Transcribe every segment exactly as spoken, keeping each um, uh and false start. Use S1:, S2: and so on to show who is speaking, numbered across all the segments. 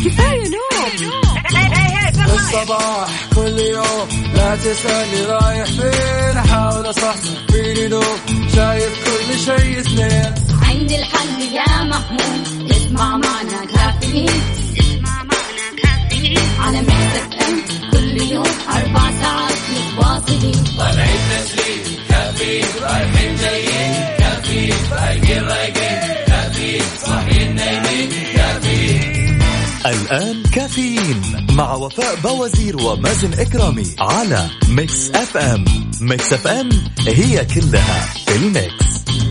S1: كفاية نوم.
S2: الصباح كل يوم لا تسألني رايح فين، أحاول أصحصح فيني نوم، شايف كل شيء سنين.
S1: عندي الحل يا محمود، اسمع معنا كافيين، اسمع معنا كافيين على ميكس اف ام. كل يوم أربع ساعات متواصلين، طالعين تسليم كافيين، رايحين جايين كافيين، رايقين رايقين كافيين، صاحيين نايمين كافيين.
S3: الآن كافيين مع وفاء بوازير ومازن إكرامي على ميكس اف ام. ميكس اف ام هي كلها في الميكس.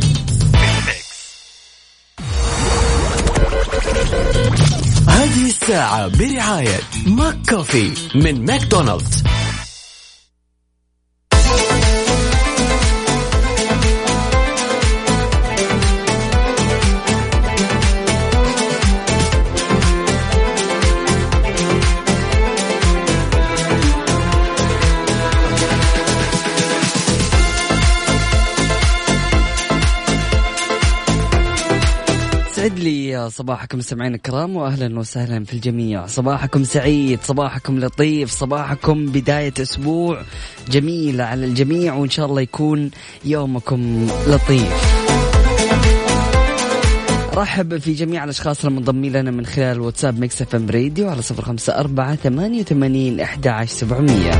S3: هذه الساعة برعاية ماك كوفي من ماكدونالدز. سعد لي صباحكم مستمعين الكرام، وأهلا وسهلا في الجميع. صباحكم سعيد، صباحكم لطيف، صباحكم بداية أسبوع جميل على الجميع، وإن شاء الله يكون يومكم لطيف. رحب في جميع الأشخاص المنضمين لنا من خلال واتساب ميكس اف ام راديو على صفر خمسة أربعة ثمانية وثمانين أحد عشر سبعمية.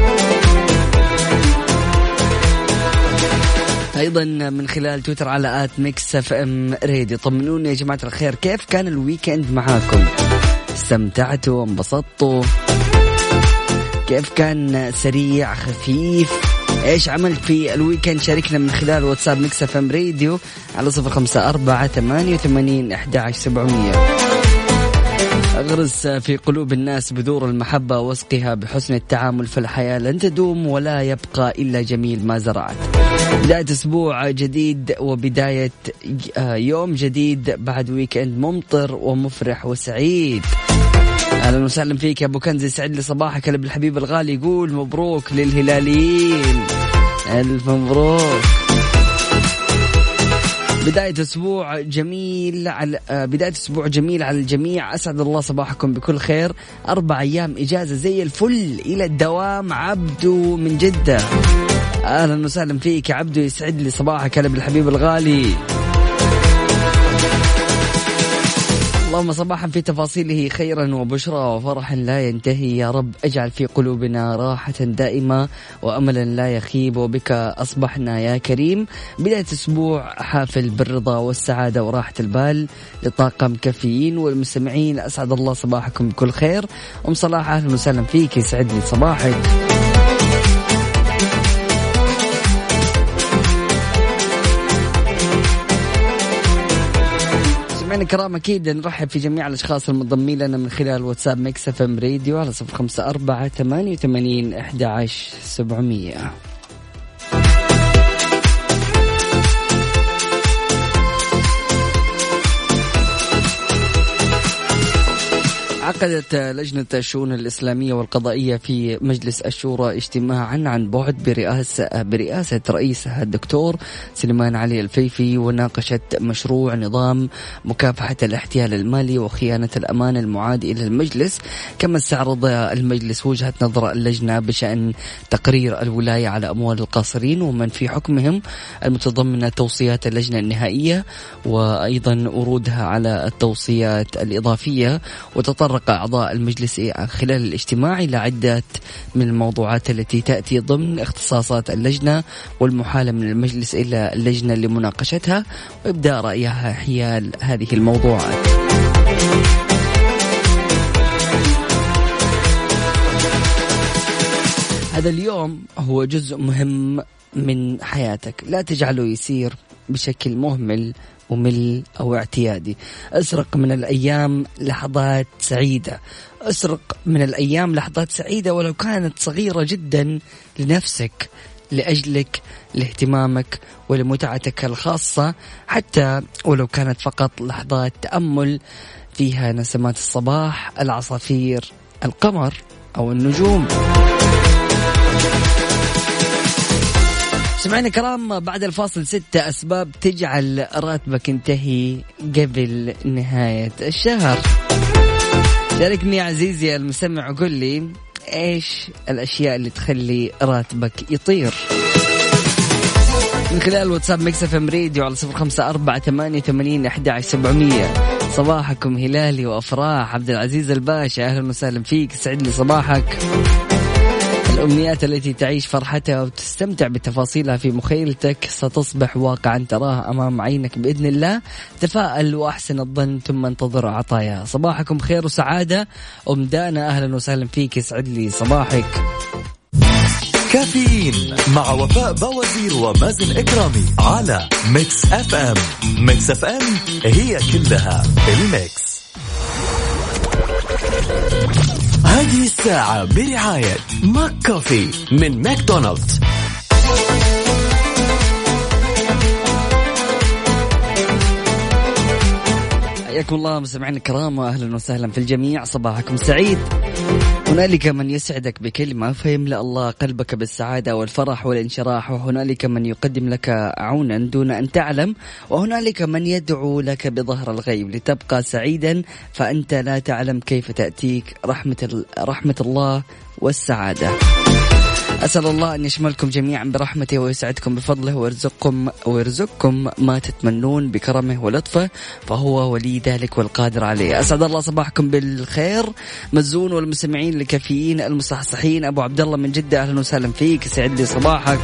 S3: أيضا من خلال تويتر على آت ميكس اف ام راديو. طمنوني يا جماعة الخير، كيف كان الويكند معاكم؟ استمتعتوا؟ انبسطتوا؟ كيف كان؟ سريع خفيف؟ ايش عملت في الويكند؟ شاركنا من خلال واتساب ميكس اف ام راديو على صفر خمسة أربعة ثمانية وثمانين أحد عشر سبعمية. أغرس في قلوب الناس بذور المحبة واسقها بحسن التعامل، في الحياة لن تدوم ولا يبقى إلا جميل ما زرعت. بداية أسبوع جديد وبداية يوم جديد بعد ويكند ممطر ومفرح وسعيد. أهلا وسهلا فيك يا أبو كنزي، سعد لي صباحك. قلب الحبيب الغالي يقول مبروك للهلاليين، ألف مبروك. بداية أسبوع جميل على بداية أسبوع جميل على الجميع. أسعد الله صباحكم بكل خير. أربع أيام إجازة زي الفل إلى الدوام. عبدو من جدة، أهلا وسهلا فيك يا عبدو، يسعد لي صباحك قلب الحبيب الغالي. اللهم صباحا في تفاصيله خيرا وبشرى وفرحا لا ينتهي يا رب. اجعل في قلوبنا راحة دائمة وأملا لا يخيب، وبك أصبحنا يا كريم. بداية أسبوع حافل بالرضا والسعادة وراحة البال لطاقم كافيين والمستمعين. أسعد الله صباحكم بكل خير. أم صلاح أهلا وسهلا فيك، يسعد لي صباحك. سمعنا كرام، أكيد نرحب في جميع الأشخاص المنضمين لنا من خلال واتساب ميكس اف ام راديو على صفر خمسة أربعة ثمانية وثمانين أحد عشر سبعمية. عقدت لجنة الشؤون الإسلامية والقضائية في مجلس الشورى اجتماعا عن بعد برئاسة, برئاسة رئيسها الدكتور سليمان علي الفيفي، وناقشت مشروع نظام مكافحة الاحتيال المالي وخيانة الأمانة المعاد إلى المجلس. كما استعرض المجلس وجهة نظر اللجنة بشأن تقرير الولاية على أموال القاصرين ومن في حكمهم المتضمنة توصيات اللجنة النهائية، وأيضا ورودها على التوصيات الإضافية. وتطرق أعضاء المجلس خلال الاجتماع إلى عدة من الموضوعات التي تأتي ضمن اختصاصات اللجنة والمحالة من المجلس إلى اللجنة لمناقشتها وإبداء رأيها حيال هذه الموضوعات. هذا اليوم هو جزء مهم من حياتك، لا تجعله يسير بشكل مهمل ممل أو اعتيادي. اسرق من الأيام لحظات سعيدة، اسرق من الأيام لحظات سعيدة ولو كانت صغيرة جدا لنفسك، لأجلك، لاهتمامك ولمتعتك الخاصة، حتى ولو كانت فقط لحظات تأمل فيها نسمات الصباح، العصافير، القمر أو النجوم. سمعنا كرام، بعد الفاصل ستة أسباب تجعل راتبك ينتهي قبل نهاية الشهر. شاركني يا عزيزي المستمع وقول لي إيش الأشياء اللي تخلي راتبك يطير من خلال واتساب ميكس اف ام راديو على صفر خمسة أربعة ثمانية ثمانين أحد عشر سبعمية. صباحكم هلالي وأفراح. عبد العزيز الباشا أهلا وسهلا فيك، سعد لي صباحك. الأمنيات التي تعيش فرحتها وتستمتع بتفاصيلها في مخيلتك ستصبح واقعا تراها أمام عينك بإذن الله. تفائل وأحسن الظن ثم انتظر عطايا. صباحكم خير وسعادة. أم دانا أهلا وسهلا فيك، يسعد لي صباحك.
S4: كافيين مع وفاء بوازير ومازن إكرامي على ميكس اف ام. ميكس اف ام هي كلها الميكس. هذه الساعة برعاية ماك كوفي من ماكدونالدز.
S3: حياكم الله مستمعين الكرام واهلا وسهلا في الجميع. صباحكم سعيد. هنالك من يسعدك بكلمة فيملأ الله قلبك بالسعادة والفرح والانشراح، وهنالك من يقدم لك عونا دون أن تعلم، وهنالك من يدعو لك بظهر الغيب لتبقى سعيدا فأنت لا تعلم كيف تأتيك رحمة رحمة الله والسعادة. أسأل الله أن يشملكم جميعا برحمته ويسعدكم بفضله ويرزقكم ويرزقكم ما تتمنون بكرمه ولطفه، فهو ولي ذلك والقادر عليه. أسعد الله صباحكم بالخير مزون، والمستمعين الكافيين المصحصحين. أبو عبد الله من جدة أهلا وسهلا فيك، سعد لي صباحك.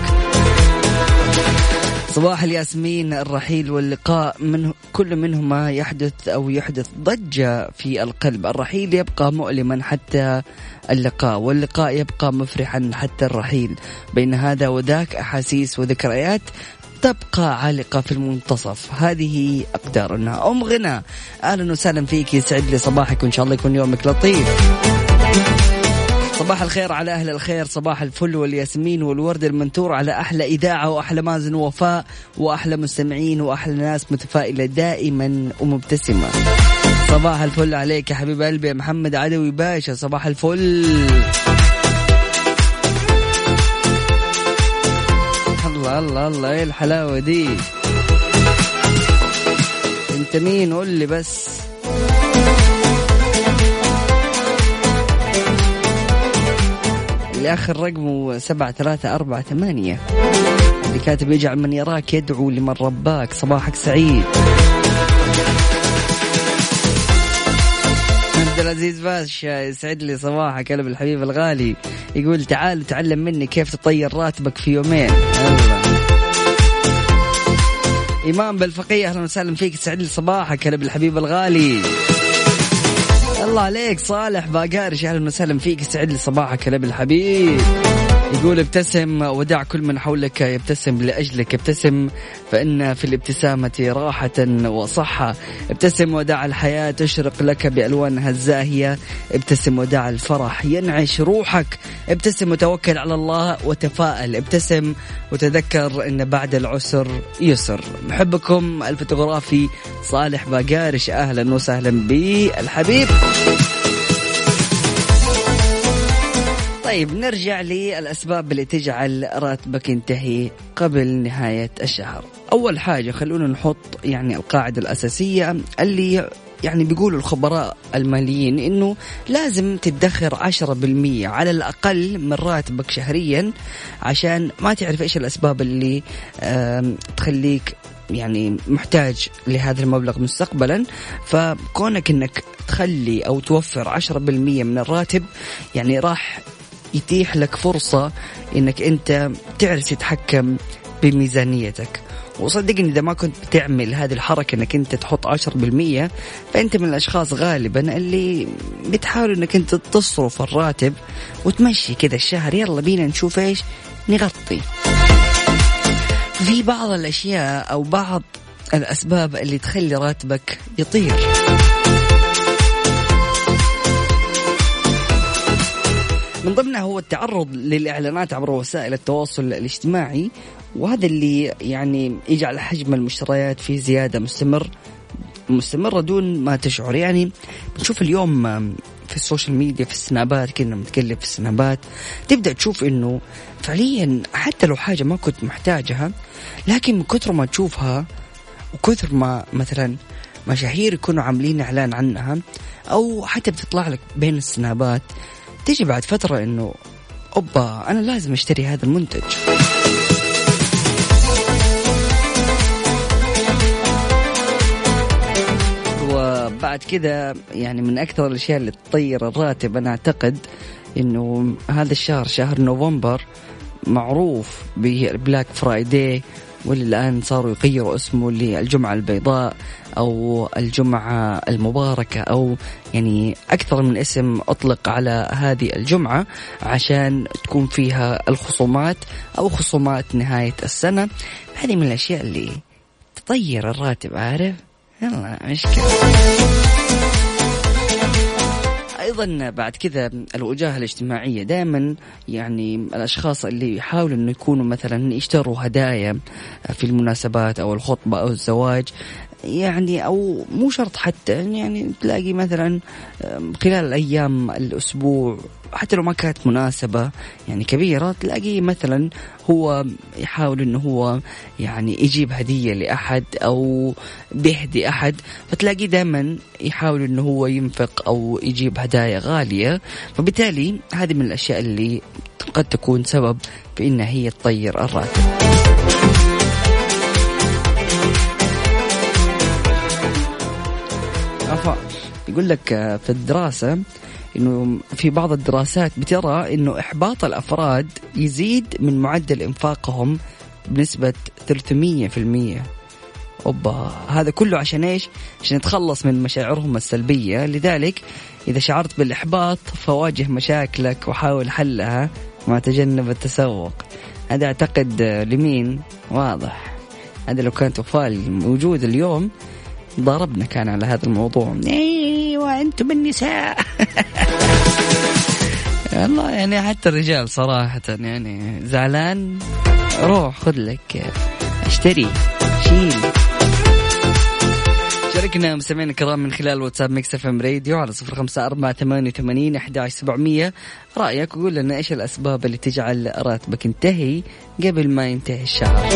S3: صباح الياسمين. الرحيل واللقاء من كل منهما يحدث أو يحدث ضجة في القلب. الرحيل يبقى مؤلما حتى اللقاء، واللقاء يبقى مفرحا حتى الرحيل. بين هذا وذاك أحاسيس وذكريات تبقى عالقة في المنتصف. هذه أقدارنا. أم غنى أهلا وسهلا فيك، يسعد لي صباحك وإن شاء الله يكون يومك لطيف. صباح الخير على أهل الخير، صباح الفل والياسمين والورد المنثور على أحلى إذاعة وأحلى مازن ووفاء وأحلى مستمعين وأحلى ناس متفائلة دائما ومبتسمة. صباح الفل عليك يا حبيب قلبي محمد عدوي باشا، صباح الفل. الله الله الله ايه الحلاوة دي. انت مين قول لي بس. اللي آخر رقمه سبعة ثلاثة أربعة ثمانية اللي كاتب يجعل من يراك يدعو لمن رباك. صباحك سعيد. عبد العزيز باشا يسعد لي صباحك. قلب الحبيب الغالي يقول تعال تعلم مني كيف تطير راتبك في يومين. الله. إمام بالفقيه أهلا وسهلا فيك، يسعد لي صباحك. قلب الحبيب الغالي الله عليك. صالح باقارش أهلا وسهلا فيك، يسعد لي صباحك. قلب الحبيب يقول ابتسم ودع كل من حولك يبتسم لأجلك. ابتسم فإن في الابتسامة راحة وصحة. ابتسم ودع الحياة تشرق لك بألوانها الزاهية. ابتسم ودع الفرح ينعش روحك. ابتسم وتوكل على الله وتفائل. ابتسم وتذكر أن بعد العسر يسر. محبكم الفوتوغرافي صالح باقارش أهلا وسهلا بالحبيب. طيب نرجع للأسباب اللي تجعل راتبك ينتهي قبل نهاية الشهر. أول حاجة خلونا نحط يعني القاعدة الأساسية اللي يعني بيقولوا الخبراء الماليين إنه لازم تدخر عشرة بالمية على الأقل من راتبك شهريا، عشان ما تعرف إيش الأسباب اللي تخليك يعني محتاج لهذا المبلغ مستقبلا. فكونك إنك تخلي أو توفر عشرة بالمية من الراتب يعني راح يتيح لك فرصة إنك أنت تعرف تتحكم بميزانيتك. وصدقني إذا ما كنت بتعمل هذه الحركة إنك أنت تحط عشرة بالمية فأنت من الأشخاص غالبا اللي بتحاول إنك أنت تصرف الراتب وتمشي كذا الشهر، يلا بينا نشوف إيش نغطي. في بعض الأشياء أو بعض الأسباب اللي تخلي راتبك يطير. من ضمنها هو التعرض للإعلانات عبر وسائل التواصل الاجتماعي، وهذا اللي يعني يجعل حجم المشتريات في زيادة مستمر مستمرة دون ما تشعر. يعني بنشوف اليوم في السوشيال ميديا في السنابات، كنا متكلم في السنابات تبدأ تشوف إنه فعليا حتى لو حاجة ما كنت محتاجها، لكن من كثر ما تشوفها وكثر ما مثلا مشاهير يكونوا عاملين إعلان عنها، أو حتى بتطلع لك بين السنابات، تيجي بعد فترة إنه أوبا أنا لازم أشتري هذا المنتج. وبعد كده يعني من أكثر الأشياء اللي تطير الراتب أنا أعتقد إنه هذا الشهر شهر نوفمبر معروف بالبلاك فرايداي، واللي الآن صاروا يغيروا اسمه للجمعة البيضاء أو الجمعة المباركة، أو يعني أكثر من اسم أطلق على هذه الجمعة عشان تكون فيها الخصومات أو خصومات نهاية السنة. هذه من الأشياء اللي تطير الراتب، عارف؟ يلا مشكلة. أيضا بعد كذا الوجاهة الاجتماعية، دائما يعني الأشخاص اللي يحاولوا أنه يكونوا مثلا يشتروا هدايا في المناسبات أو الخطبة أو الزواج، يعني أو مو شرط حتى، يعني تلاقي مثلا خلال الأيام الأسبوع حتى لو ما كانت مناسبة يعني كبيرة، تلاقيه مثلا هو يحاول إنه هو يعني يجيب هدية لأحد أو بيهدي أحد، فتلاقيه دائما يحاول إنه هو ينفق أو يجيب هدايا غالية. فبالتالي هذه من الأشياء اللي قد تكون سبب في إنها هي تطير الراتب. أفا يقول لك في الدراسة إنه في بعض الدراسات بترى إنه إحباط الأفراد يزيد من معدل إنفاقهم بنسبة ثلاثمية في المية. أوبا، هذا كله عشان إيش؟ عشان يتخلص من مشاعرهم السلبية. لذلك إذا شعرت بالإحباط فواجه مشاكلك وحاول حلها مع تجنب التسوق. هذا أعتقد لمين واضح، هذا لو كانت وفاء موجود اليوم ضربنا كان على هذا الموضوع. ايوه انتم النساء. والله يعني حتى الرجال صراحة يعني زعلان، روح خذ لك اشتري شيل. شاركنا مستمعينا الكرام من خلال واتساب ميكس اف ام راديو على صفر خمسة أربعة ثمانية وثمانين أحد عشر سبعمية. رأيك وقول لنا ايش الأسباب اللي تجعل راتبك ينتهي قبل ما ينتهي الشهر.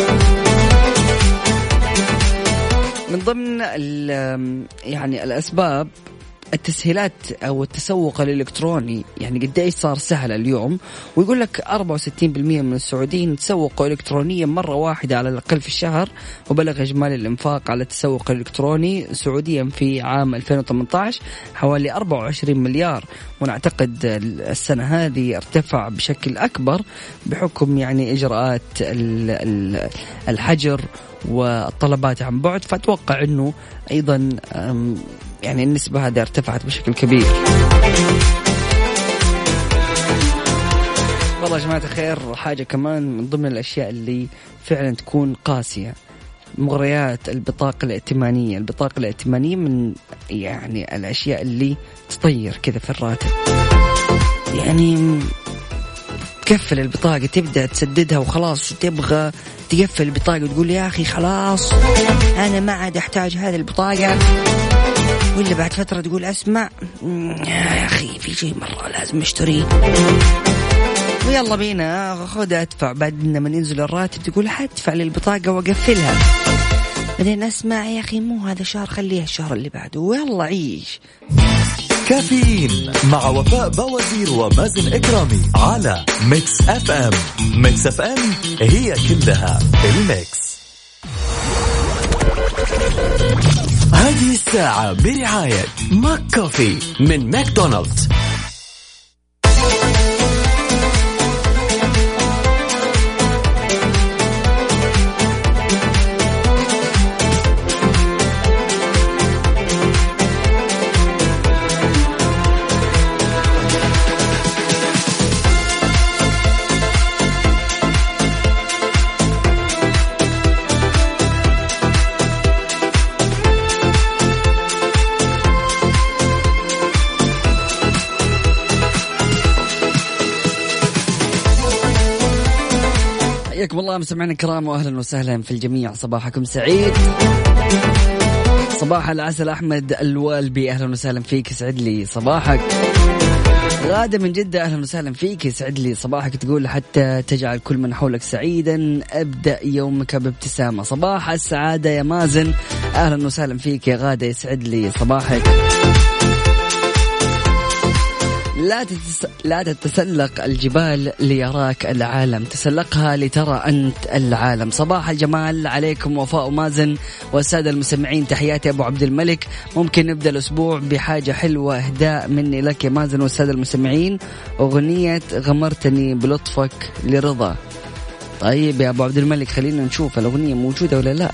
S3: من ضمن يعني الأسباب التسهيلات أو التسوق الإلكتروني، يعني قد إيش صار سهل اليوم. ويقول لك أربعة وستين بالمئة من السعوديين تسوقوا إلكترونيا مرة واحدة على الأقل في الشهر، وبلغ إجمالي الإنفاق على التسوق الإلكتروني سعوديا في عام ألفين وثمانية عشر حوالي أربعة وعشرين مليار. ونعتقد السنة هذه ارتفع بشكل أكبر بحكم يعني إجراءات الحجر والطلبات عن بعد، فأتوقع أنه أيضا يعني النسبة هذه ارتفعت بشكل كبير. والله يا جماعة الخير، حاجة كمان من ضمن الأشياء اللي فعلا تكون قاسية، مغريات البطاقة الائتمانية. البطاقة الائتمانية من يعني الأشياء اللي تطير كذا في الراتب. يعني تقفل البطاقة تبدأ تسددها وخلاص، تبغى تقفل البطاقة وتقول يا أخي خلاص أنا ما عاد أحتاج هذه البطاقة، ولا بعد فترة تقول أسمع يا أخي في شيء مرة لازم أشتريه، ويلا بينا خذ أدفع. بعد لما ينزل الراتب تقول حدفع للبطاقة وأقفلها، بعدين أسمع يا أخي مو هذا الشهر خليها الشهر اللي بعده، ويلا عيش.
S4: كافيين مع وفاء بوازير ومازن إكرامي على ميكس اف ام. ميكس اف ام هي كلها الميكس. هذه الساعة برعاية ماك كوفي من ماكدونالدز.
S3: حياكم الله مستمعينا الكرام واهلا وسهلا في الجميع، صباحكم سعيد. صباح العسل. احمد الوالبي اهلا وسهلا فيك، سعد لي صباحك. غادة من جدة أهلا وسهلا فيك، يسعد لي صباحك. تقول حتى تجعل كل من حولك سعيدا ابدأ يومك بابتسامة. صباح السعادة يا مازن، أهلا وسهلا فيك يا غادة، يسعد لي صباحك. لا تتس... لا تتسلق الجبال ليراك العالم، تسلقها لترى أنت العالم. صباح الجمال عليكم وفاء ومازن والسادة المستمعين، تحياتي أبو عبد الملك. ممكن نبدأ الأسبوع بحاجة حلوة، إهداء مني لك يا مازن والسادة المستمعين، أغنية غمرتني بلطفك لرضا. طيب يا أبو عبد الملك خلينا نشوف الأغنية موجودة ولا لا.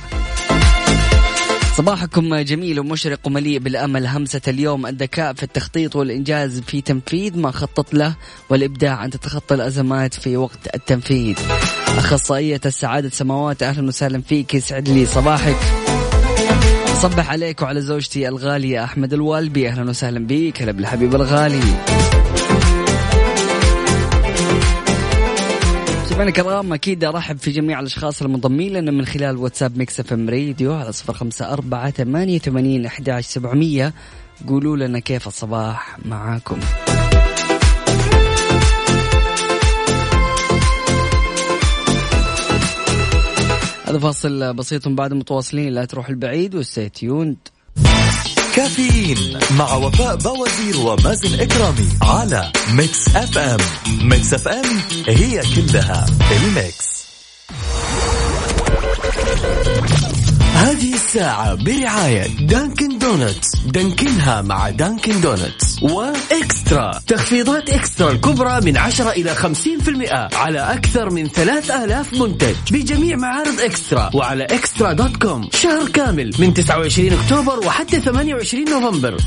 S3: صباحكم جميل ومشرق ومليء بالأمل. همسة اليوم الذكاء في التخطيط والإنجاز في تنفيذ ما خطط له، والإبداع أن تتخطى الأزمات في وقت التنفيذ. أخصائية السعادة سماوات، أهلا وسهلا فيك، يسعد لي صباحك. صبح عليك وعلى زوجتي الغالية أحمد الوالبي، أهلا وسهلا بيك، هلا بالحبيب الغالي. سمعنا كرام، أكيد أرحب في جميع الأشخاص المنضمين لنا من خلال واتساب ميكس اف ام راديو على صفر خمسة أربعة ثمانية ثمانين أحد عشر سبعمية. قولوا لنا كيف الصباح معاكم. هذا فاصل بسيط بعد متواصلين، لا تروح البعيد وستي تيوند.
S4: كافيين مع وفاء بوازير ومازن إكرامي على ميكس اف ام. ميكس اف ام هي كلها الميكس. هذه الساعة برعاية دانكن دونتس، دانكنها مع دانكن دونتس. وإكسترا، تخفيضات إكسترا الكبرى من عشرة إلى خمسين بالمئة على أكثر من ثلاث آلاف منتج بجميع معارض إكسترا وعلى إكسترا دوت كوم. شهر كامل من تسعة وعشرين أكتوبر وحتى ثمانية وعشرين نوفمبر.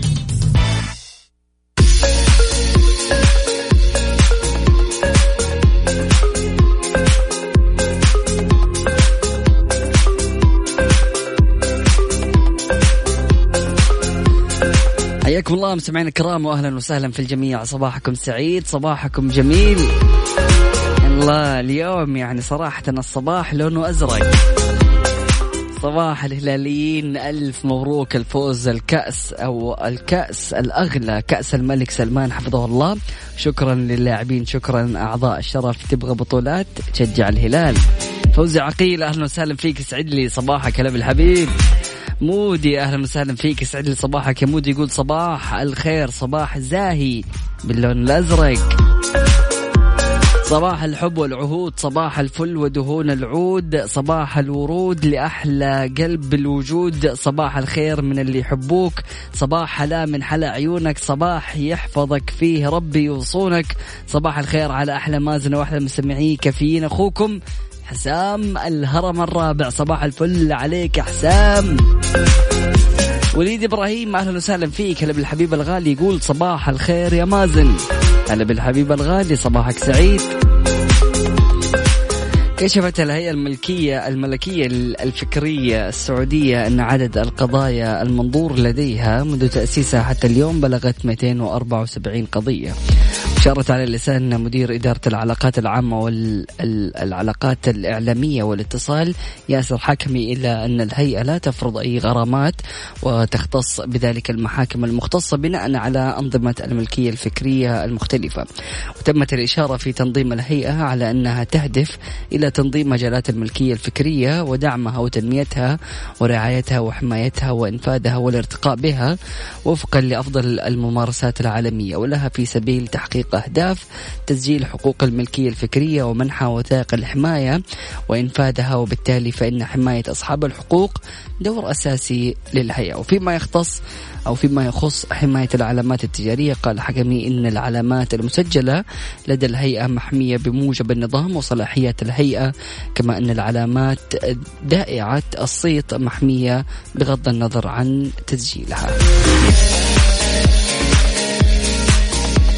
S3: حياكم الله مستمعينا الكرام واهلا وسهلا في الجميع. صباحكم سعيد، صباحكم جميل. الله اليوم يعني صراحة الصباح لونه أزرق. صباح الهلاليين، ألف مبروك الفوز الكأس أو الكأس الأغلى، كأس الملك سلمان حفظه الله. شكرا للاعبين، شكرا أعضاء الشرف. تبغى بطولات تشجع الهلال. فوزي عقيل أهلا وسهلا فيك، يسعد لي صباحك هلا بالحبيب. مودي أهلا وسهلا فيك، يسعد لي صباحك يا مودي. يقول صباح الخير، صباح زاهي باللون الأزرق، صباح الحب والعهود، صباح الفل ودهون العود، صباح الورود لأحلى قلب الوجود، صباح الخير من اللي يحبوك، صباح حلا من حلا عيونك، صباح يحفظك فيه ربي يوصونك. صباح الخير على أحلى مازن وأحلى مستمعي كافيين. أخوكم حسام الهرم الرابع، صباح الفل عليك يا حسام. وليد إبراهيم أهلا وسهلا فيك، هلا بالحبيب الغالي. يقول صباح الخير يا مازن، هلا بالحبيب الغالي، صباحك سعيد. كشفت الهيئة الملكية الملكية الفكرية السعودية أن عدد القضايا المنظور لديها منذ تأسيسها حتى اليوم بلغت مئتين وأربعة وسبعين قضية. أشارت على لسان مدير إدارة العلاقات العامة والعلاقات الإعلامية والاتصال ياسر حكمي إلى أن الهيئة لا تفرض أي غرامات وتختص بذلك المحاكم المختصة بناء على أنظمة الملكية الفكرية المختلفة. وتمت الإشارة في تنظيم الهيئة على أنها تهدف إلى تنظيم مجالات الملكية الفكرية ودعمها وتنميتها ورعايتها وحمايتها وإنفاذها والارتقاء بها وفقا لأفضل الممارسات العالمية، ولها في سبيل تحقيق أهداف تسجيل حقوق الملكية الفكرية ومنحها وثائق الحماية وإنفاذها. وبالتالي فإن حماية أصحاب الحقوق دور أساسي للهيئة. وفيما يختص أو فيما يخص حماية العلامات التجارية، قال حكمي إن العلامات المسجلة لدى الهيئة محمية بموجب النظام وصلاحيات الهيئة، كما أن العلامات دائعة الصيت محمية بغض النظر عن تسجيلها.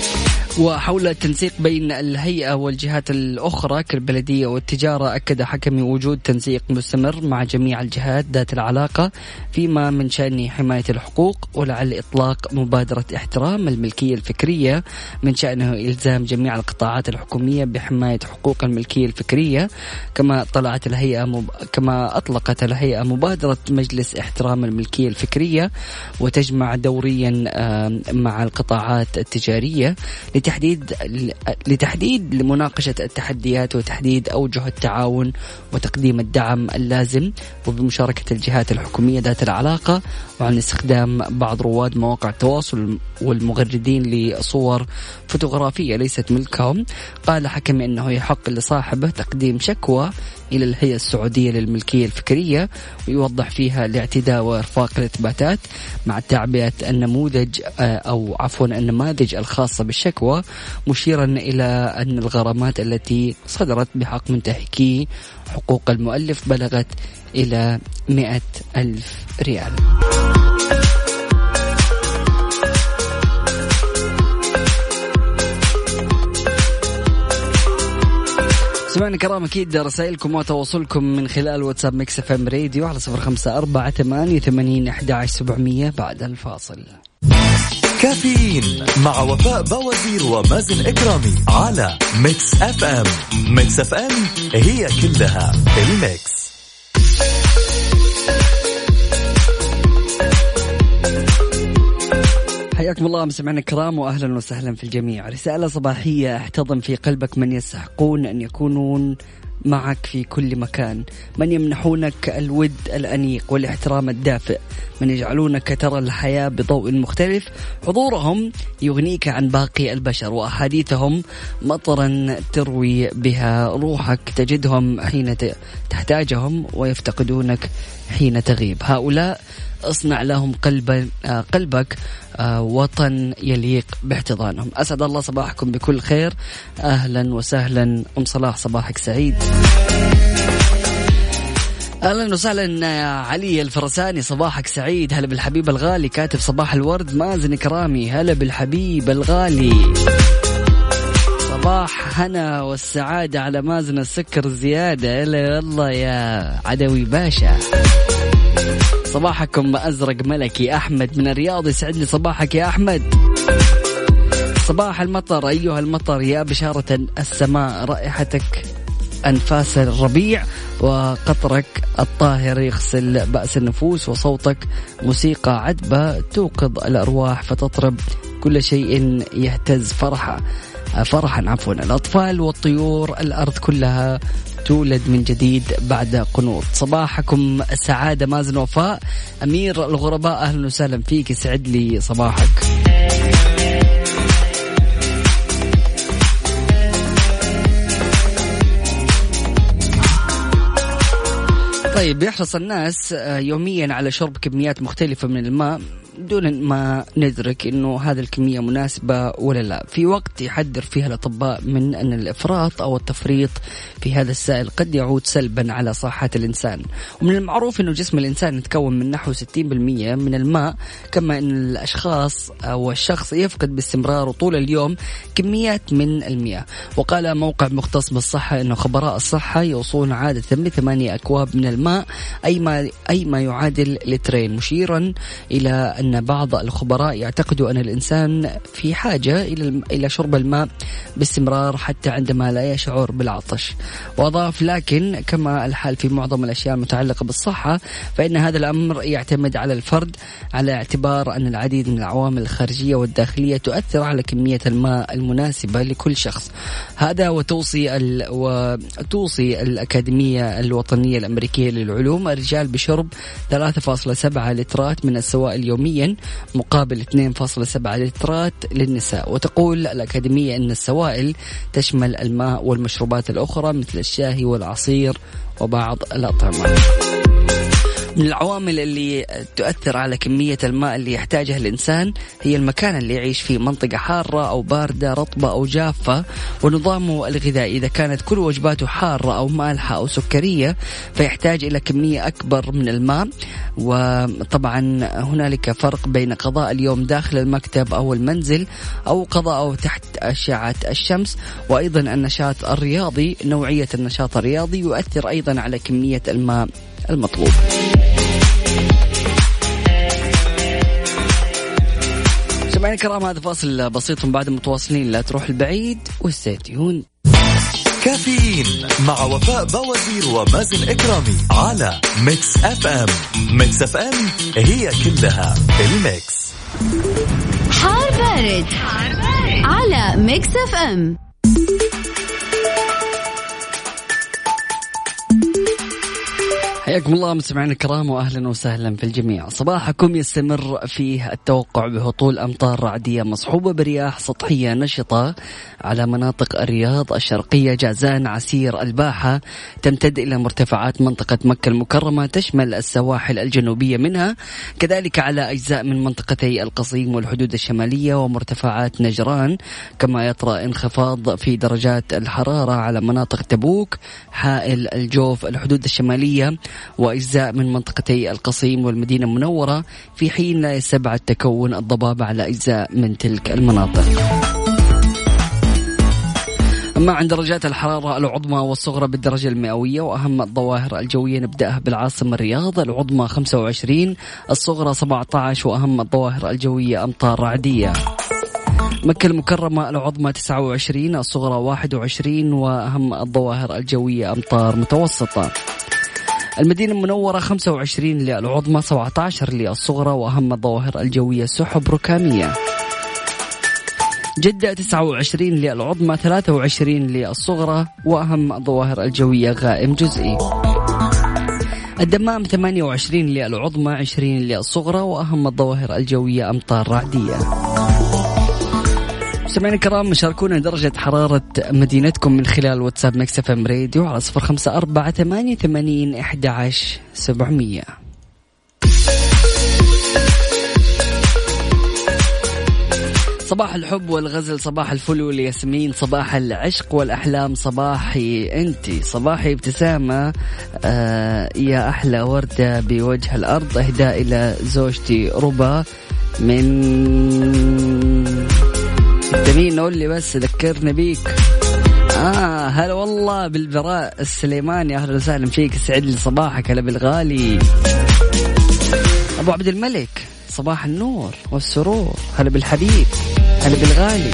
S3: وحول التنسيق بين الهيئة والجهات الأخرى كالبلدية والتجارة، أكد حكمي وجود تنسيق مستمر مع جميع الجهات ذات العلاقة فيما من شأن حماية الحقوق، ولعل إطلاق مبادرة احترام الملكية الفكرية من شأنه إلزام جميع القطاعات الحكومية بحماية حقوق الملكية الفكرية. كما طلعت الهيئة مب... كما أطلقت الهيئة مبادرة مجلس احترام الملكية الفكرية، وتجمع دوريا مع القطاعات التجارية لتحديد لتحديد لمناقشة التحديات وتحديد أوجه التعاون وتقديم الدعم اللازم، وبمشاركة الجهات الحكومية ذات العلاقة، وعن استخدام بعض رواد مواقع التواصل والمغردين لصور فوتوغرافية ليست ملكهم. قال حكم أنه يحق لصاحبه تقديم شكوى إلى الهيئة السعودية للملكية الفكرية ويوضح فيها الاعتداء وإرفاق الإثباتات مع تعبئة النموذج أو عفوا النماذج الخاصة بالشكوى، مشيرا إلى أن الغرامات التي صدرت بحق منتهكي حقوق المؤلف بلغت إلى مئة ألف ريال. سمعنا كرام، أكيد رسائلكم وتواصلكم من خلال واتساب ميكس اف ام راديو على صفر خمسة أربعة ثمانية ثمانين أحد عشر سبعمية بعد الفاصل.
S5: كافيين مع وفاء بوازير ومازن إكرامي على ميكس اف ام. ميكس اف ام هي كلها الميكس.
S3: حياكم الله مستمعينا الكرام واهلا وسهلا في الجميع. رسالة صباحية: احتضن في قلبك من يستحقون ان يكونون معك في كل مكان، من يمنحونك الود الأنيق والاحترام الدافئ، من يجعلونك ترى الحياة بضوء مختلف. حضورهم يغنيك عن باقي البشر، وأحاديثهم مطرا تروي بها روحك، تجدهم حين تحتاجهم ويفتقدونك حين تغيب. هؤلاء اصنع لهم قلب قلبك وطن يليق باحتضانهم. أسعد الله صباحكم بكل خير. أهلا وسهلا أم صلاح، صباحك سعيد. أهلا وسهلا علي الفرساني، صباحك سعيد. هلا بالحبيب الغالي كاتب صباح الورد مازن كرامي، هلا بالحبيب الغالي. صباح هنا والسعادة على مازن السكر الزيادة. هلا والله يا عدوي باشا. صباحكم أزرق ملكي. أحمد من الرياض، يسعد لي صباحك يا أحمد. صباح المطر أيها المطر، يا بشارة السماء، رائحتك أنفاس الربيع، وقطرك الطاهر يغسل بأس النفوس، وصوتك موسيقى عذبة توقظ الأرواح فتطرب كل شيء يهتز فرحا فرحا عفوا الأطفال والطيور، الأرض كلها تولد من جديد بعد قنوط. صباحكم السعادة مازن وفاء أمير الغرباء، أهلا وسهلا فيك، يسعد لي صباحك. طيب، يحرص الناس يوميا على شرب كميات مختلفة من الماء دون ما ندرك إنه هذه الكمية مناسبة ولا لا. في وقت يحذر فيها الأطباء من أن الإفراط أو التفريط في هذا السائل قد يعود سلبا على صحة الإنسان. ومن المعروف إنه جسم الإنسان يتكون من نحو ستين بالمئة من الماء، كما أن الأشخاص أو الشخص يفقد باستمرار طول اليوم كميات من المياه. وقال موقع مختص بالصحة إنه خبراء الصحة يوصون عادة لثمانية أكواب من الماء، أي ما أي ما يعادل لترين، مشيرا إلى أن بعض الخبراء يعتقدوا أن الإنسان في حاجة إلى إلى شرب الماء باستمرار حتى عندما لا يشعر بالعطش. وأضاف: لكن كما الحال في معظم الأشياء المتعلقة بالصحة، فإن هذا الأمر يعتمد على الفرد، على اعتبار أن العديد من العوامل الخارجية والداخلية تؤثر على كمية الماء المناسبة لكل شخص. هذا وتوصي ال... وتوصي الأكاديمية الوطنية الأمريكية للعلوم الرجال بشرب ثلاثة فاصلة سبعة لترات من السوائل يوميا مقابل اثنين فاصلة سبعة لترات للنساء. وتقول الأكاديمية أن السوائل تشمل الماء والمشروبات الأخرى مثل الشاي والعصير وبعض الأطعمة. من العوامل اللي تؤثر على كمية الماء اللي يحتاجها الإنسان هي المكان اللي يعيش فيه، منطقة حارة أو باردة، رطبة أو جافة، ونظامه الغذائي. إذا كانت كل وجباته حارة أو مالحة أو سكرية فيحتاج إلى كمية أكبر من الماء. وطبعا هنالك فرق بين قضاء اليوم داخل المكتب أو المنزل أو قضاءه تحت أشعة الشمس. وأيضا النشاط الرياضي، نوعية النشاط الرياضي يؤثر أيضا على كمية الماء المطلوب. سمعنا الكرام، هذا فاصل بسيط بعد متواصلين، لا تروح البعيد واستديون.
S5: كافيين مع وفاء بوازير ومازن إكرامي على ميكس اف ام. ميكس اف ام هي كلها الميكس.
S1: حار بارد, حار بارد. على ميكس اف ام.
S3: حياكم الله مستمعينا الكرام واهلا وسهلا في الجميع. صباحكم يستمر فيه التوقع بهطول امطار رعديه مصحوبه برياح سطحيه نشطه على مناطق الرياض الشرقيه، جازان، عسير، الباحه، تمتد الى مرتفعات منطقه مكه المكرمه، تشمل السواحل الجنوبيه منها، كذلك على اجزاء من منطقتي القصيم والحدود الشماليه ومرتفعات نجران. كما يطرأ انخفاض في درجات الحراره على مناطق تبوك، حائل، الجوف، الحدود الشماليه وأجزاء من منطقتي القصيم والمدينة المنورة، في حين لا يستبعد تكون الضباب على أجزاء من تلك المناطق. أما عند درجات الحرارة العظمى والصغرى بالدرجة المئوية وأهم الظواهر الجوية نبدأها بالعاصمة الرياض، العظمى خمسة وعشرين، الصغرى سبعة عشر، وأهم الظواهر الجوية أمطار رعدية. مكة المكرمة العظمى تسعة وعشرين، الصغرى واحد وعشرين، وأهم الظواهر الجوية أمطار متوسطة. المدينة المنورة خمسة وعشرين للعظمى، سبعة عشر للصغرى، وأهم الظواهر الجوية سحب ركامية. جدة تسعة وعشرين للعظمى، ثلاثة وعشرين للصغرى، وأهم الظواهر الجوية غائم جزئي. الدمام ثمانية وعشرين للعظمى، عشرين للصغرى، وأهم الظواهر الجوية أمطار رعدية. سمعنا الكرام، شاركونا درجة حرارة مدينتكم من خلال واتساب ميكس اف ام راديو على صفر خمسة أربعة ثمانية ثمانين أحد عشر سبعمية. صباح الحب والغزل، صباح الفل والياسمين، صباح العشق والأحلام، صباحي أنتي، صباحي ابتسامة، آه يا أحلى وردة بوجه الأرض، إهداء إلى زوجتي ربا من تمين. قول لي بس ذكرني بيك. آه هلا والله بالبراء السليماني، أهلا وسهلا فيك، سعد لي صباحك. هلا بالغالي أبو عبد الملك، صباح النور والسرور. هلا بالحبيب، هلا بالغالي.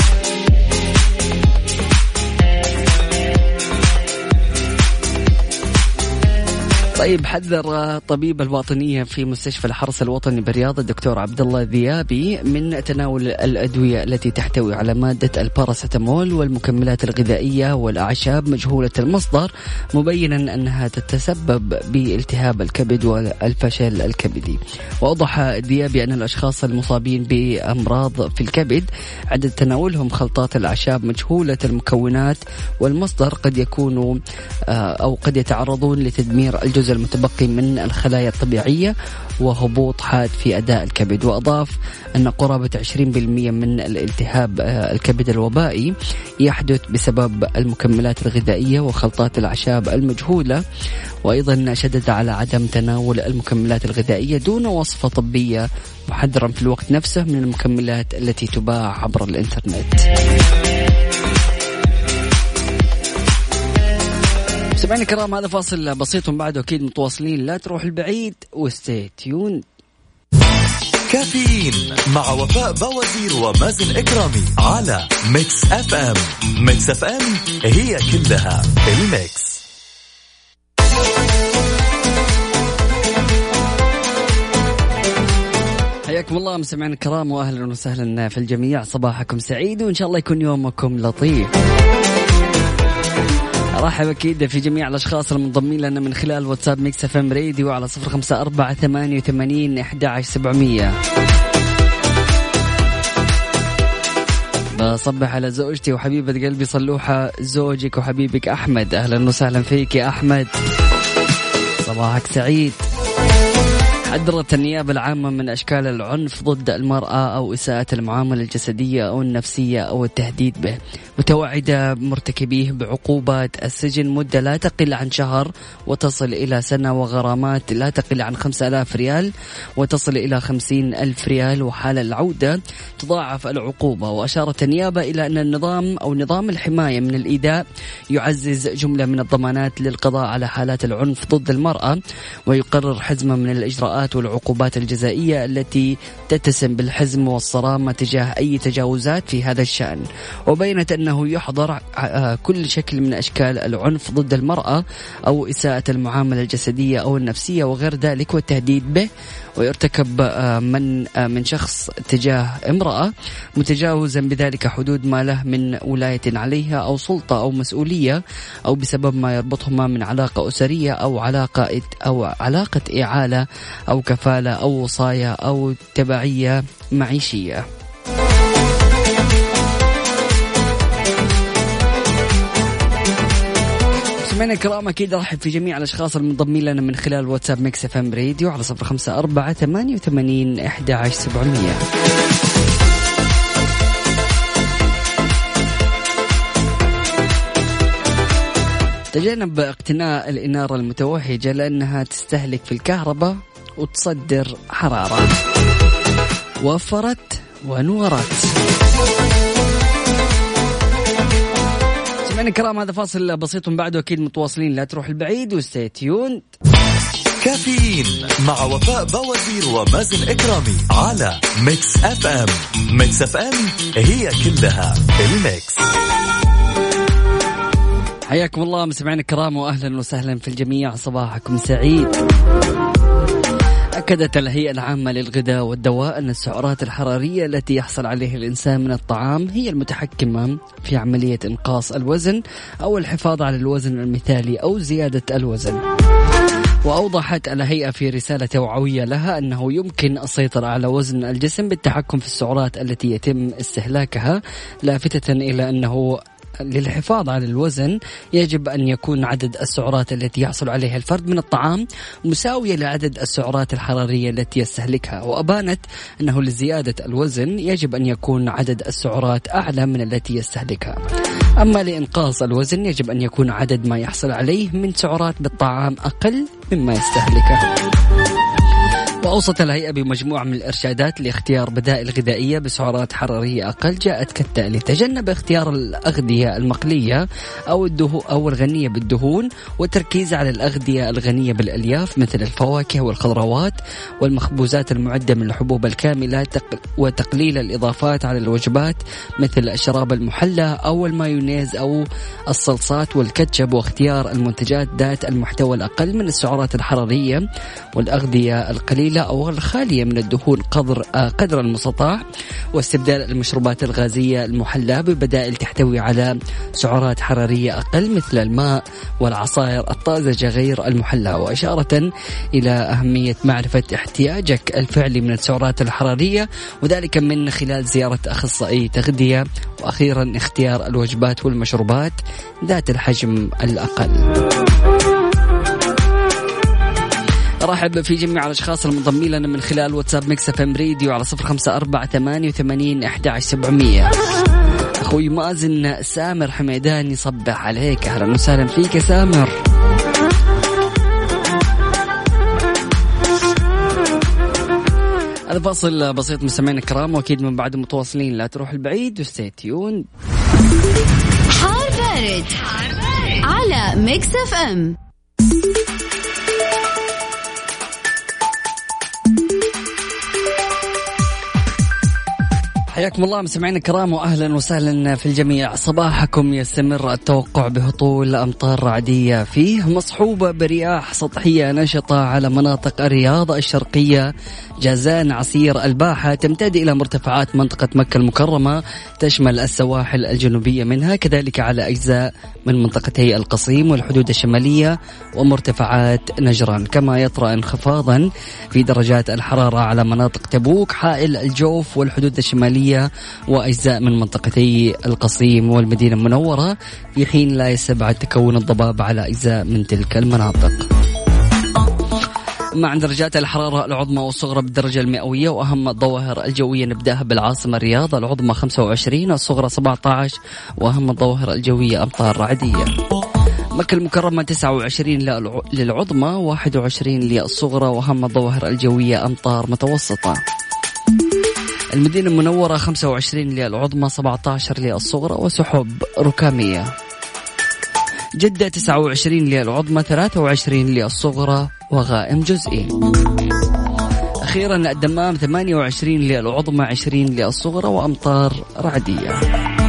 S3: طيب، حذر طبيب الباطنية في مستشفى الحرس الوطني بالرياض الدكتور عبد الله الذيابي من تناول الأدوية التي تحتوي على مادة الباراسيتامول والمكملات الغذائية والأعشاب مجهولة المصدر، مبينا أنها تتسبب بالتهاب الكبد والفشل الكبدي. وأوضح الذيابي أن الأشخاص المصابين بأمراض في الكبد عند تناولهم خلطات الأعشاب مجهولة المكونات والمصدر قد يكونوا أو قد يتعرضون لتدمير الجزء المتبقي من الخلايا الطبيعية وهبوط حاد في أداء الكبد. وأضاف أن قرابة عشرين بالمئة من الالتهاب الكبد الوبائي يحدث بسبب المكملات الغذائية وخلطات الأعشاب المجهولة. وأيضا شدد على عدم تناول المكملات الغذائية دون وصفة طبية، محذرا في الوقت نفسه من المكملات التي تباع عبر الإنترنت. سمعنا الكرام، هذا فاصل بسيط بعده أكيد متواصلين، لا تروح البعيد وستي تيون.
S5: كافيين مع وفاء بوازير ومازن إكرامي على ميكس اف ام. ميكس اف ام هي كلها الميكس.
S3: حياكم الله مستمعينا الكرام واهلا وسهلا في الجميع، صباحكم سعيد وان شاء الله يكون يومكم لطيف. ارحب اكيد في جميع الاشخاص المنضمين لنا من خلال واتساب ميكس اف ام راديو على صفر خمسة أربعة ثمانية وثمانين أحد عشر سبعمية. بصبح على زوجتي وحبيبة قلبي صلوحة، زوجك وحبيبك أحمد، أهلا وسهلا فيك يا أحمد، صباحك سعيد. حذرت النيابة العامة من أشكال العنف ضد المرأة أو إساءة المعاملة الجسدية أو النفسية أو التهديد به، متوعدة مرتكبيه بعقوبات السجن مدة لا تقل عن شهر وتصل إلى سنة، وغرامات لا تقل عن خمسة آلاف ريال وتصل إلى خمسين ألف ريال، وحال العودة تضاعف العقوبة. وأشارت النيابة إلى أن النظام أو نظام الحماية من الإيذاء يعزز جملة من الضمانات للقضاء على حالات العنف ضد المرأة، ويقرر حزمة من الإجراءات والعقوبات الجزائية التي تتسم بالحزم والصرامة تجاه أي تجاوزات في هذا الشأن. وبينت أنه يحظر كل شكل من أشكال العنف ضد المرأة أو إساءة المعاملة الجسدية أو النفسية وغير ذلك والتهديد به، ويرتكب من من شخص تجاه امرأة متجاوزا بذلك حدود ما له من ولاية عليها أو سلطة أو مسؤولية، أو بسبب ما يربطهما من علاقة أسرية أو علاقة أو علاقة إعالة أو كفالة أو وصاية أو تبعية معيشية. سمعنا الكرام، أكيد أرحب في جميع الأشخاص المنضمين لنا من خلال واتساب ميكس اف ام راديو على صفر خمسة أربعة ثمانية وثمانين أحد عشر سبعمية. تجنب اقتناء الإنارة المتوهجة لأنها تستهلك في الكهرباء وتصدر حرارة. وفرت ونورت. سمعنا الكرام، هذا فاصل بسيط بعده أكيد متواصلين، لا تروح البعيد وستي تيوند.
S5: كافيين مع وفاء بوازير ومازن إكرامي على ميكس اف ام. ميكس اف ام هي كلها الميكس.
S3: حياكم الله مستمعينا الكرام واهلا وسهلا في الجميع، صباحكم سعيد. أكدت الهيئة العامة للغذاء والدواء أن السعرات الحرارية التي يحصل عليها الإنسان من الطعام هي المتحكمة في عملية إنقاص الوزن أو الحفاظ على الوزن المثالي أو زيادة الوزن. وأوضحت الهيئة في رسالة توعوية لها أنه يمكن السيطرة على وزن الجسم بالتحكم في السعرات التي يتم استهلاكها، لافتة إلى أنه للحفاظ على الوزن يجب أن يكون عدد السعرات التي يحصل عليها الفرد من الطعام مساوية لعدد السعرات الحرارية التي يستهلكها. وأبانت أنه لزيادة الوزن يجب أن يكون عدد السعرات أعلى من التي يستهلكها، أما لإنقاص الوزن يجب أن يكون عدد ما يحصل عليه من سعرات بالطعام أقل مما يستهلكه. وأوصت الهيئة بمجموعة من الإرشادات لاختيار بدائل غذائية بسعرات حرارية أقل، جاءت كالتالي: تجنب اختيار الأغذية المقلية أو الدهون أو الغنية بالدهون، والتركيز على الأغذية الغنية بالألياف مثل الفواكه والخضروات والمخبوزات المعدة من الحبوب الكاملة، وتقليل الإضافات على الوجبات مثل الشراب المحلى أو المايونيز أو الصلصات والكاتشب، واختيار المنتجات ذات المحتوى الأقل من السعرات الحرارية والأغذية القليلة أو الخالية من الدهون قدر قدر المستطاع، واستبدال المشروبات الغازية المحلى ببدائل تحتوي على سعرات حرارية أقل مثل الماء والعصائر الطازجة غير المحلى. وإشارة إلى أهمية معرفة احتياجك الفعلي من السعرات الحرارية، وذلك من خلال زيارة أخصائي تغذية. وأخيرا اختيار الوجبات والمشروبات ذات الحجم الأقل. رحب في جميع الأشخاص المنضمين لنا من خلال واتساب ميكس اف ام راديو على صفر خمسة أربعة ثمانية وثمانين أحد عشر سبعمية. أخوي مازن سامر حميدان يصبح عليك، أهلا وسهلا فيك يا سامر. هذا فاصل بسيط مستمعين الكرام، وأكيد من بعد متواصلين، لا تروح البعيد وستي تيوند.
S1: حار بارد على ميكس اف ام.
S3: حياكم الله مستمعينا الكرام واهلا وسهلا في الجميع. صباحكم يستمر التوقع بهطول امطار رعديه فيه مصحوبه برياح سطحيه نشطه على مناطق الرياض الشرقيه، جازان، عسير، الباحه، تمتد الى مرتفعات منطقه مكه المكرمه تشمل السواحل الجنوبيه منها، كذلك على اجزاء من منطقتي القصيم والحدود الشماليه ومرتفعات نجران، كما يطرأ انخفاضا في درجات الحراره على مناطق تبوك، حائل الجوف والحدود الشماليه وأجزاء من منطقتي القصيم والمدينة المنورة، في حين لا يستبعد تكون الضباب على أجزاء من تلك المناطق. مع درجات الحرارة العظمى والصغرى بالدرجة المئوية. وأهم الظواهر الجوية نبدأها بالعاصمة الرياض، العظمى خمسة وعشرين الصغرى سبعة عشر، وأهم الظواهر الجوية أمطار رعدية. مكة المكرمة تسعة وعشرين للعظمى، واحد وعشرين للصغرى، وأهم الظواهر الجوية أمطار متوسطة. المدينة المنورة خمسة وعشرين للعظمى، سبعة عشر للصغرى، وسحب ركامية. جدة تسعة وعشرين للعظمى، ثلاثة وعشرين للصغرى، وغائم جزئي. أخيرا الدمام ثمانية وعشرين للعظمى، عشرين للصغرى، وأمطار رعدية.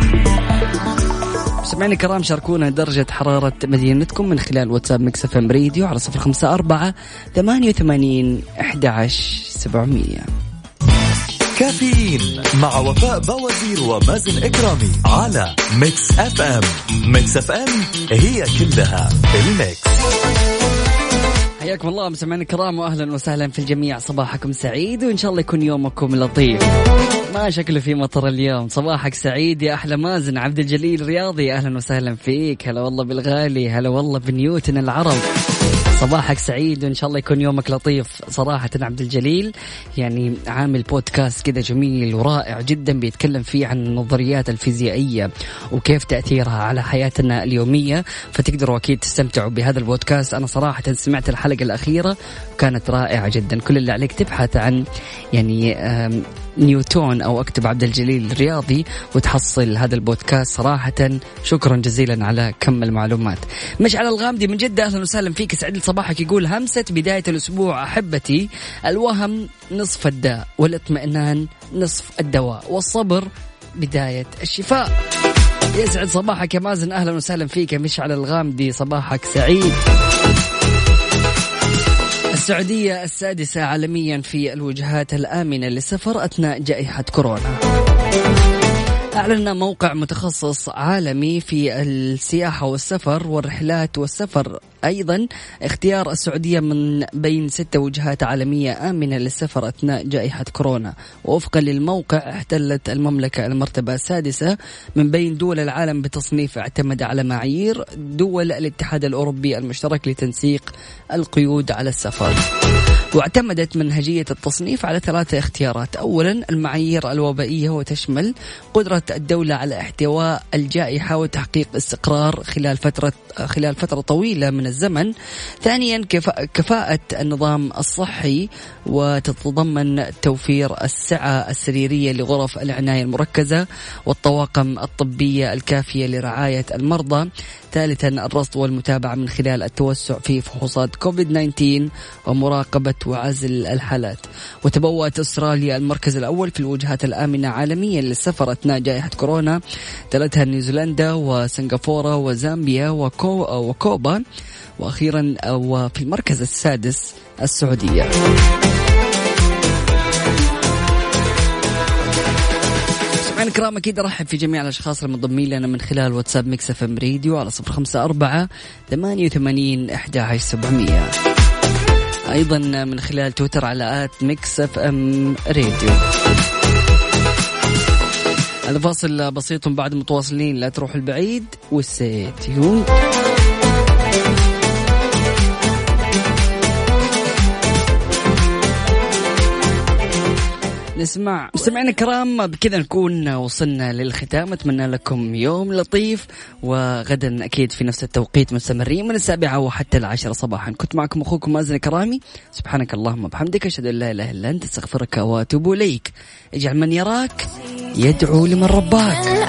S3: سمعنا كرام، شاركونا درجة حرارة مدينتكم من خلال واتساب ميكس اف ام راديو على صفر خمسة أربعة ثمانية وثمانين أحد عشر سبعمية.
S5: كافيين مع وفاء بوازير ومازن إكرامي على ميكس اف ام. ميكس اف ام هي كلها الميكس.
S3: حياكم الله مستمعينا الكرام، واهلا وسهلا في الجميع. صباحكم سعيد وان شاء الله يكون يومكم لطيف. ما شكله في مطر اليوم. صباحك سعيد يا احلى مازن. عبد الجليل رياضي، اهلا وسهلا فيك. هلا والله بالغالي، هلا والله بنيوتن العرب. صباحك سعيد وإن شاء الله يكون يومك لطيف. صراحة عبد الجليل يعني عامل بودكاست كده جميل ورائع جدا، بيتكلم فيه عن النظريات الفيزيائية وكيف تأثيرها على حياتنا اليومية، فتقدروا أكيد تستمتعوا بهذا البودكاست. أنا صراحة سمعت الحلقة الأخيرة وكانت رائعة جدا. كل اللي عليك تبحث عن يعني نيوتون أو اكتب عبد الجليل الرياضي وتحصل هذا البودكاست. صراحة شكرا جزيلا على كم المعلومات. مشعل الغامدي من جدة، أهلا وسهلا فيك، سعيد صباحك. يقول همسة بداية الأسبوع أحبتي، الوهم نصف الداء والاطمئنان نصف الدواء والصبر بداية الشفاء. يسعد صباحك يا مازن، أهلا وسهلا فيك يا مشعل الغامدي، صباحك سعيد. السعودية السادسة عالميا في الوجهات الآمنة للسفر أثناء جائحة كورونا. أعلن موقع متخصص عالمي في السياحة والسفر والرحلات والسفر أيضا اختيار السعودية من بين ستة وجهات عالمية آمنة للسفر أثناء جائحة كورونا. ووفقا للموقع احتلت المملكة المرتبة السادسة من بين دول العالم بتصنيف اعتمد على معايير دول الاتحاد الأوروبي المشترك لتنسيق القيود على السفر. واعتمدت منهجية التصنيف على ثلاثة اختيارات. أولا المعايير الوبائية، وتشمل قدرة الدولة على احتواء الجائحة وتحقيق استقرار خلال فترة خلال فترة طويلة من الزمن. ثانيا كفاءة النظام الصحي، وتتضمن توفير السعة السريرية لغرف العناية المركزة والطواقم الطبية الكافية لرعاية المرضى. ثالثا الرصد والمتابعة من خلال التوسع في فحوصات كوفيد تسعة عشر ومراقبة وعزل الحالات. وتبوأت أستراليا المركز الأول في الوجهات الآمنة عالميا للسفر أثناء جائحة كورونا، تلتها نيوزيلندا وسنغافورة وزامبيا وكو وكوبا، وأخيرا وفي المركز السادس السعودية. سمعنا كرام، أكيد أرحب في جميع الأشخاص المنضمين لنا من خلال واتساب ميكس اف ام راديو على صفر خمسة أربعة ثمانية وثمانين أحد عشر سبعمية. أيضا من خلال تويتر على آت ميكس اف ام راديو. هذا فاصل بسيط بعد متواصلين، لا تروح البعيد والسيتيون. نسمع مستمعينا الكرام، بكذا نكون وصلنا للختام. أتمنى لكم يوم لطيف، وغدا أكيد في نفس التوقيت مستمرين من السابعة وحتى العاشرة صباحا. كنت معكم أخوكم مازن كرامي، سبحانك اللهم وبحمدك، أشهد أن لا إله إلا أنت، استغفرك وأتوب إليك. اجعل من يراك يدعو لمن رباك.